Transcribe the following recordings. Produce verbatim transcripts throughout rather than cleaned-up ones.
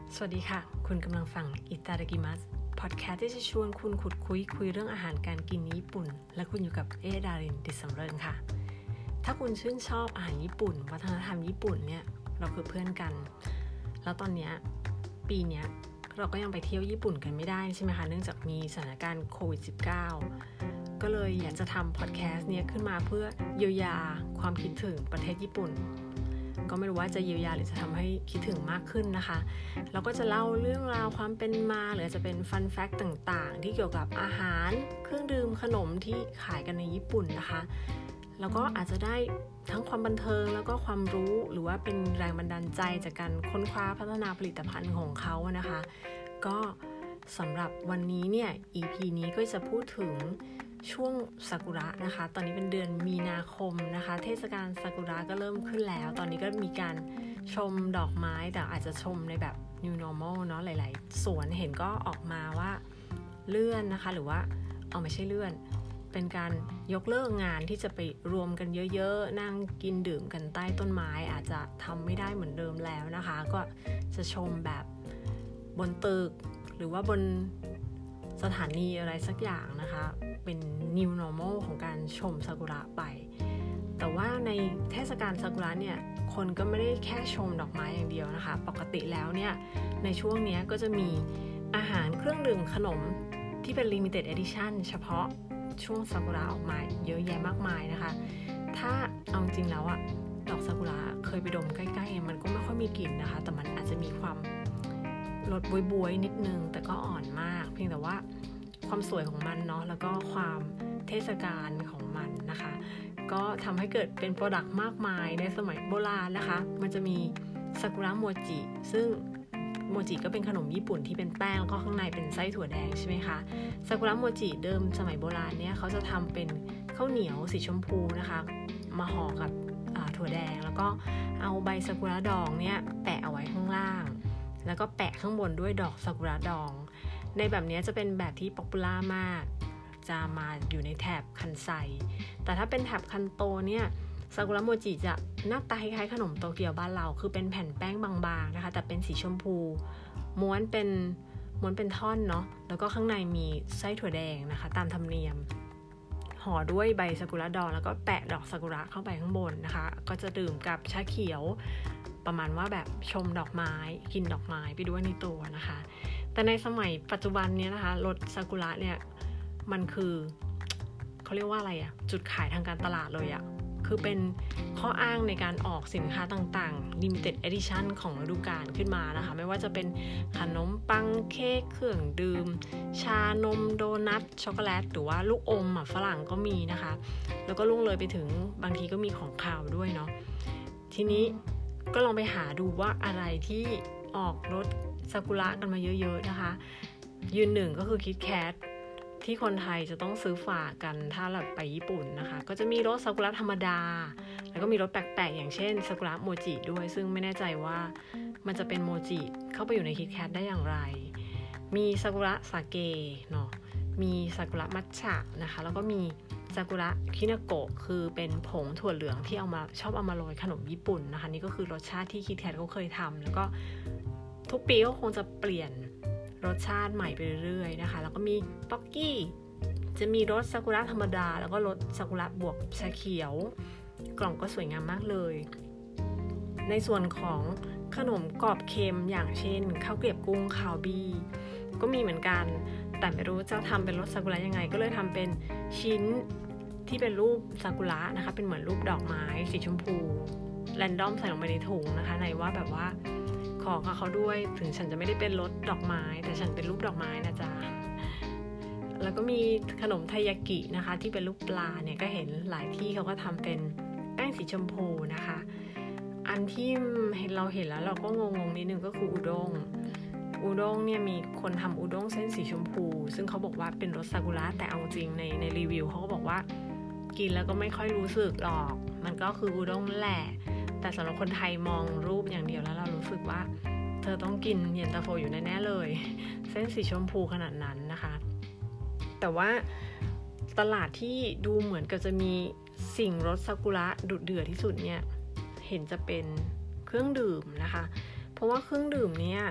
สวัสดีค่ะคุณกำลังฟังอิตาดากิมัสพอดแคสต์ที่จะชวนคุณขุดคุยคุยเรื่องอาหารการกินญี่ปุ่นและคุณอยู่กับเอดารินดิสำเริงค่ะถ้าคุณชื่นชอบอาหารญี่ปุ่นวัฒนธรรมญี่ปุ่นเนี่ยเราคือเพื่อนกันแล้วตอนเนี้ยปีเนี้ยเราก็ยังไปเที่ยวญี่ปุ่นกันไม่ได้ใช่ไหมคะเนื่องจากมีสถานการณ์โควิด สิบเก้า ก็เลยอยากจะทำพอดแคสต์เนี้ยขึ้นมาเพื่อเยียวยาความคิดถึงประเทศญี่ปุ่นก็ไม่รู้ว่าจะเยียวยาหรือจะทำให้คิดถึงมากขึ้นนะคะเราก็จะเล่าเรื่องราวความเป็นมาหรือจะเป็นฟันแฟกต์ต่างๆที่เกี่ยวกับอาหารเครื่องดื่มขนมที่ขายกันในญี่ปุ่นนะคะแล้วก็อาจจะได้ทั้งความบันเทิงแล้วก็ความรู้หรือว่าเป็นแรงบันดาลใจจากการค้นคว้าพัฒนาผลิตภัณฑ์ของเขานะคะก็สำหรับวันนี้เนี่ย อี พี นี้ก็จะพูดถึงช่วงซากุระนะคะตอนนี้เป็นเดือนมีนาคมนะคะเทศกาลซากุระก็เริ่มขึ้นแล้วตอนนี้ก็มีการชมดอกไม้แต่อาจจะชมในแบบ new normal เนาะหลายๆสวนเห็นก็ออกมาว่าเลื่อนนะคะหรือว่าเอาไม่ใช่เลื่อนเป็นการยกเลิกงานที่จะไปรวมกันเยอะๆนั่งกินดื่มกันใต้ต้นไม้อาจจะทำไม่ได้เหมือนเดิมแล้วนะคะก็จะชมแบบบนตึกหรือว่าบนสถานีอะไรสักอย่างนะคะเป็น new normal ของการชมซากุระไปแต่ว่าในเทศกาลซากุระเนี่ยคนก็ไม่ได้แค่ชมดอกไม้อย่างเดียวนะคะปกติแล้วเนี่ยในช่วงนี้ก็จะมีอาหารเครื่องดื่มขนมที่เป็น limited edition เฉพาะช่วงซากุระออกมาเยอะแยะมากมายนะคะถ้าเอาจริงแล้วอะดอกซากุระเคยไปดมใกล้ๆมันก็ไม่ค่อยมีกลิ่นนะคะแต่มันอาจจะมีความรสบวยๆนิดนึงแต่ก็อ่อนมากเพียงแต่ว่าความสวยของมันเนาะแล้วก็ความเทศกาลของมันนะคะก็ทำให้เกิดเป็นโปรดักต์มากมายในสมัยโบราณนะคะมันจะมีซากุระโมจิซึ่งโมจิก็เป็นขนมญี่ปุ่นที่เป็นแป้งแล้วก็ข้างในเป็นไส้ถั่วแดงใช่ไหมคะซากุระโมจิเดิมสมัยโบราณเนี่ยเขาจะทำเป็นข้าวเหนียวสีชมพูนะคะมาห่อกับถั่วแดงแล้วก็เอาใบซากุระดองเนี่ยแปะเอาไว้ข้างล่างแล้วก็แปะข้างบนด้วยดอกซากุระดองในแบบนี้จะเป็นแบบที่ป๊อปปูล่ามากจะมาอยู่ในแถบคันไซแต่ถ้าเป็นแถบคันโตเนี่ยซากุระโมจิจะหน้าตาคล้ายๆขนมโตเกียวบ้านเราคือเป็นแผ่นแป้งบางๆนะคะแต่เป็นสีชมพูม้วนเป็นม้วนเป็นท่อนเนาะแล้วก็ข้างในมีไส้ถั่วแดงนะคะตามธรรมเนียมห่อด้วยใบซากุระดองแล้วก็แปะดอกซากุระเข้าไปข้างบนนะคะก็จะดื่มกับชาเขียวประมาณว่าแบบชมดอกไม้กินดอกไม้ไปด้วยในตัวนะคะแต่ในสมัยปัจจุบันเนี้ยนะคะรสซากุระเนี่ยมันคือเขาเรียกว่าอะไรอะจุดขายทางการตลาดเลยอะคือเป็นข้ออ้างในการออกสินค้าต่างๆ limited edition ของฤดูกาลขึ้นมานะคะไม่ว่าจะเป็นขนมปังเค้กเครื่องดื่มชานมโดนัทช็อกโกแลตหรือว่าลูกอมฝรั่งก็มีนะคะแล้วก็ล่วงเลยไปถึงบางทีก็มีของคาวด้วยเนาะทีนี้ก็ลองไปหาดูว่าอะไรที่ออกรสซากุระกันมาเยอะๆนะคะยืนหนึ่งก็คือคิดแคทที่คนไทยจะต้องซื้อฝากกันถ้าเราไปญี่ปุ่นนะคะก็จะมีรสซากุระธรรมดาแล้วก็มีรสแปลกๆอย่างเช่นซากุระโมจิด้วยซึ่งไม่แน่ใจว่ามันจะเป็นโมจิเข้าไปอยู่ในคิดแคทได้อย่างไรมีซากุระสาเกเนาะมีซากุระมัทฉะนะคะแล้วก็มีซากุระคินาโกะคือเป็นผงถั่วเหลืองที่เอามาชอบเอามาโรยขนมญี่ปุ่นนะคะนี่ก็คือรสชาติที่คิดแคทเขาเคยทำแล้วก็ทุกปีก็คงจะเปลี่ยนรสชาติใหม่ไปเรื่อยๆนะคะแล้วก็มีป๊อกกี้จะมีรสซากุระธรรมดาแล้วก็รสซากุระบวกชาเขียวกล่องก็สวยงามมากเลยในส่วนของขนมกรอบเค็มอย่างเช่นข้าวเกรียบกุ้งคาวบี้ก็มีเหมือนกันแต่ไม่รู้จะทำเป็นรสซากุระยังไงก็เลยทำเป็นชิ้นที่เป็นรูปซากุระนะคะเป็นเหมือนรูปดอกไม้สีชมพูแรนดอมใส่ลงไปในถุงนะคะในว่าแบบว่าขอกับเขาด้วยถึงฉันจะไม่ได้เป็นรสดอกไม้แต่ฉันเป็นรูปดอกไม้นะจ๊ะแล้วก็มีขนมไทยากินะคะที่เป็นรูปปลาเนี่ยก็เห็นหลายที่เขาก็ทำเป็นแป้งสีชมพูนะคะอันที่เห็นเราเห็นแล้วเราก็งงๆนิดนึงก็คืออุด้งอุด้งเนี่ยมีคนทำอุด้งเส้นสีชมพูซึ่งเขาบอกว่าเป็นรสซากุระแต่เอาจริงในในรีวิวเขาก็บอกว่ากินแล้วก็ไม่ค่อยรู้สึกหรอกมันก็คืออุด้งแหละแต่สำหรับคนไทยมองรูปอย่างเดียวแล้วเรารู้สึกว่าเธอต้องกินเย็นตาโฟอยู่แน่ๆเลยเส้นสีชมพูขนาดนั้นนะคะแต่ว่าตลาดที่ดูเหมือนกับจะมีสิ่งรสซากุระดุเดือดที่สุดเนี่ยเห็นจะเป็นเครื่องดื่มนะคะเพราะว่าเครื่องดื่มเนี่ย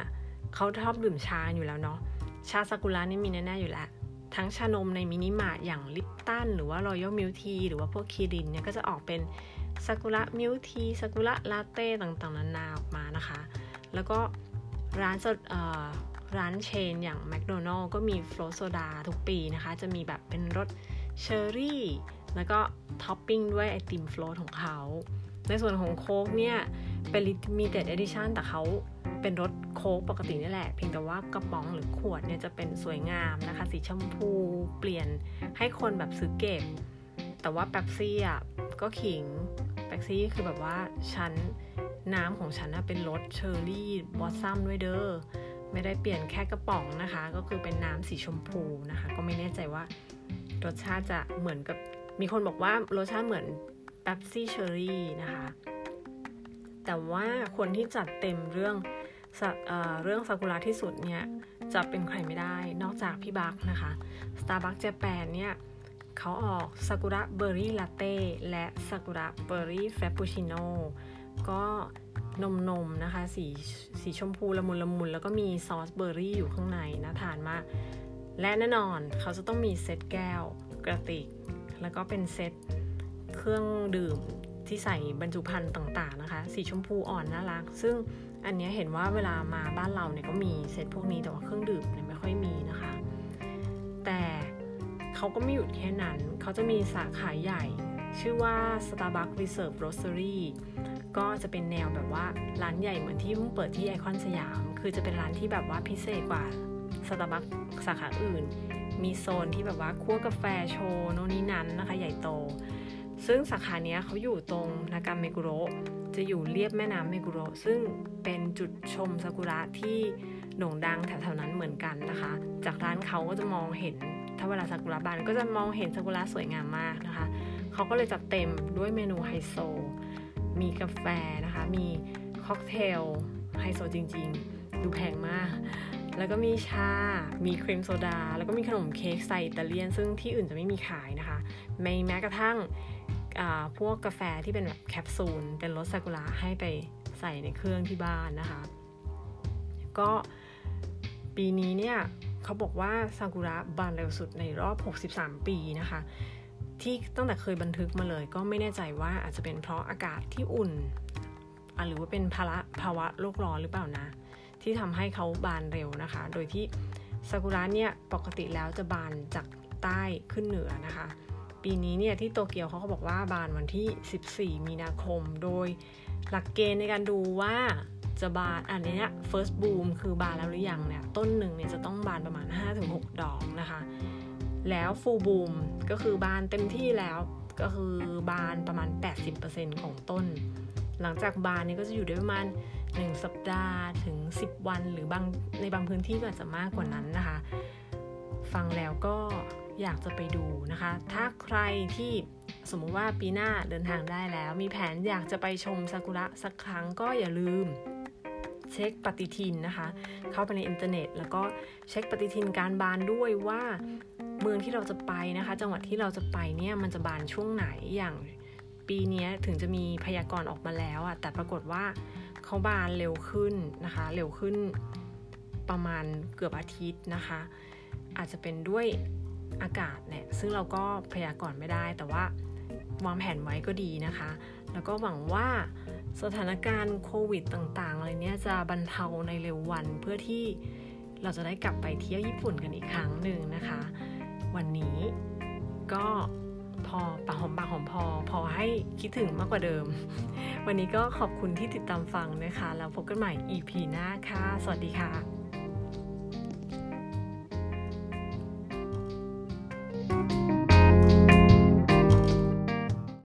เขาชอบดื่มชาอยู่แล้วเนาะชาซากุระนี่มีแน่ๆอยู่แล้วทั้งชานมในมินิมาร์ทอย่างลิปตันหรือว่ารอยัลมิลทีหรือว่าพวกคิรินเนี่ยก็จะออกเป็นซากุระมิลทีซากุระลาเต้ต่างๆนานาออกมานะคะแล้วก็ร้านสดร้านเชนอย่างแมคโดนัลด์ก็มีโฟลตโซดาทุกปีนะคะจะมีแบบเป็นรสเชอร์รี่แล้วก็ท็อปปิ้งด้วยไอติมโฟลตของเขาในส่วนของโค้กเนี่ยเป็น limited edition แต่เขาเป็นรสโค้กปกตินี่แหละเพียงแต่ว่ากระป๋องหรือขวดเนี่ยจะเป็นสวยงามนะคะสีชมพูเปลี่ยนให้คนแบบซื้อเก็บแต่ว่าเป๊ปซี่อ่ะก็ขิงเป๊ปซี่คือแบบว่าฉันน้ำของฉันเป็นรสเชอร์รี่บอสซัมด้วยเด้อไม่ได้เปลี่ยนแค่กระป๋องนะคะก็คือเป็นน้ำสีชมพูนะคะก็ไม่แน่ใจว่ารสชาติจะเหมือนกับมีคนบอกว่ารสชาติเหมือนเป๊ปซี่เชอร์รี่นะคะแต่ว่าคนที่จัดเต็มเรื่องเอ่อเรื่องซากุระที่สุดเนี่ยจะเป็นใครไม่ได้นอกจากพี่บัคนะคะ Starbucks Japan เนี่ยเขาออกซากุระเบอร์รี่ลาเต้และซากุระเบอร์รี่เฟรปปูชิโน่ก็นมนมนะคะสีสีชมพูละมุนละมุนแล้วก็มีซอสเบอร์รี่อยู่ข้างในน่าทานมากและแน่นอนเขาจะต้องมีเซตแก้วกระติกแล้วก็เป็นเซตเครื่องดื่มที่ใส่บรรจุภัณฑ์ต่างๆนะคะสีชมพูอ่อนน่ารักซึ่งอันนี้เห็นว่าเวลามาบ้านเราเนี่ยก็มีเซตพวกนี้แต่ว่าเครื่องดื่มเนี่ยไม่ค่อยมีนะคะแต่เขาก็ไม่หยุดแค่นั้นเขาจะมีสาขาใหญ่ชื่อว่า Starbucks Reserve Roastery ก็จะเป็นแนวแบบว่าร้านใหญ่เหมือนที่เพิ่งเปิดที่ไอคอนสยามคือจะเป็นร้านที่แบบว่าพิเศษกว่า Starbucks สาขาอื่นมีโซนที่แบบว่าคั่วกาแฟโชว์โน่นนี่นั้นนะคะใหญ่โตซึ่งสาขาเนี้ยเขาอยู่ตรงนากาเมกุโระจะอยู่เลียบแม่น้ำเมกุโระซึ่งเป็นจุดชมซากุระที่โด่งดังแถวๆนั้นเหมือนกันนะคะจากร้านเขาก็จะมองเห็นถ้าเวลาซากุระบานก็จะมองเห็นซากุระสวยงามมากนะคะเขาก็เลยจัดเต็มด้วยเมนูไฮโซมีกาแฟนะคะมีค็อกเทลไฮโซจริงๆดูแพงมากแล้วก็มีชามีครีมโซดาแล้วก็มีขนมเค้กสไตล์อิตาเลียนซึ่งที่อื่นจะไม่มีขายนะคะไม่แม้กระทั่งพวกกาแฟที่เป็นแบบแคปซูลเป็นรสซากุระให้ไปใส่ในเครื่องที่บ้านนะคะก็ปีนี้เนี่ยเขาบอกว่าซากุระบานเร็วสุดในรอบหกสิบสามปีนะคะที่ตั้งแต่เคยบันทึกมาเลยก็ไม่แน่ใจว่าอาจจะเป็นเพราะอากาศที่อุ่นหรือว่าเป็นภาวะภาวะโลกร้อนหรือเปล่านะที่ทำให้เขาบานเร็วนะคะโดยที่ซากุระเนี่ยปกติแล้วจะบานจากใต้ขึ้นเหนือนะคะปีนี้เนี่ยที่โตเกียวเขาก็บอกว่าบานวันที่สิบสี่มีนาคมโดยหลักเกณฑ์ในการดูว่าจะบานอันนี้เนี่ย first bloom คือบานแล้วหรือยังเนี่ยต้นหนึ่งเนี่ยจะต้องบานประมาณ ห้าถึงหก ดอกนะคะแล้ว full bloom ก็คือบานเต็มที่แล้วก็คือบานประมาณ แปดสิบเปอร์เซ็นต์ ของต้นหลังจากบานนี้ก็จะอยู่ได้ประมาณหนึ่งสัปดาห์ถึงสิบวันหรือบางในบางพื้นที่ก็อาจจะมากกว่านั้นนะคะฟังแล้วก็อยากจะไปดูนะคะถ้าใครที่สมมุติว่าปีหน้าเดินทางได้แล้วมีแผนอยากจะไปชมซากุระสักครั้งก็อย่าลืมเช็คปฏิทินนะคะเข้าไปในอินเทอร์เน็ตแล้วก็เช็คปฏิทินการบานด้วยว่าเมืองที่เราจะไปนะคะจังหวัดที่เราจะไปเนี่ยมันจะบานช่วงไหนอย่างปีนี้ถึงจะมีพยากรณ์ออกมาแล้วอะแต่ปรากฏว่าเขาบานเร็วขึ้นนะคะเร็วขึ้นประมาณเกือบอาทิตย์นะคะอาจจะเป็นด้วยอากาศเนี่ยซึ่งเราก็พยากรณ์ไม่ได้แต่ว่าวางแผนไว้ก็ดีนะคะแล้วก็หวังว่าสถานการณ์โควิดต่างๆอะไรเนี้ยจะบรรเทาในเร็ววันเพื่อที่เราจะได้กลับไปเที่ยวญี่ปุ่นกันอีกครั้งหนึ่งนะคะวันนี้ก็พอปากหอมปากหอมพอพอให้คิดถึงมากกว่าเดิมวันนี้ก็ขอบคุณที่ติดตามฟังนะคะแล้วพบกันใหม่ อี พี หน้าค่ะสวัสดีค่ะ